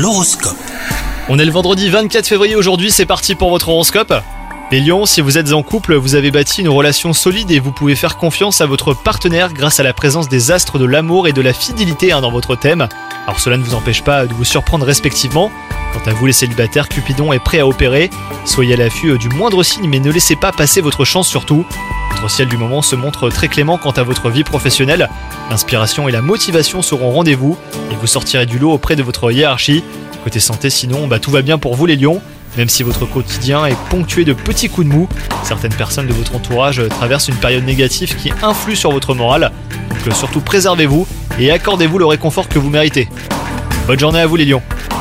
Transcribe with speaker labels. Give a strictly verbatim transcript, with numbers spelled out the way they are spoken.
Speaker 1: L'horoscope.
Speaker 2: On est le vendredi vingt-quatre février aujourd'hui, c'est parti pour votre horoscope. Les lions, si vous êtes en couple, vous avez bâti une relation solide et vous pouvez faire confiance à votre partenaire grâce à la présence des astres de l'amour et de la fidélité hein, dans votre thème. Alors cela ne vous empêche pas de vous surprendre respectivement. Quant à vous les célibataires, Cupidon est prêt à opérer. Soyez à l'affût du moindre signe mais ne laissez pas passer votre chance surtout. Votre ciel du moment se montre très clément quant à votre vie professionnelle. L'inspiration et la motivation seront au rendez-vous et vous sortirez du lot auprès de votre hiérarchie. Côté santé sinon, bah, tout va bien pour vous les lions. Même si votre quotidien est ponctué de petits coups de mou, certaines personnes de votre entourage traversent une période négative qui influe sur votre morale. Donc surtout préservez-vous et accordez-vous le réconfort que vous méritez. Bonne journée à vous les lions.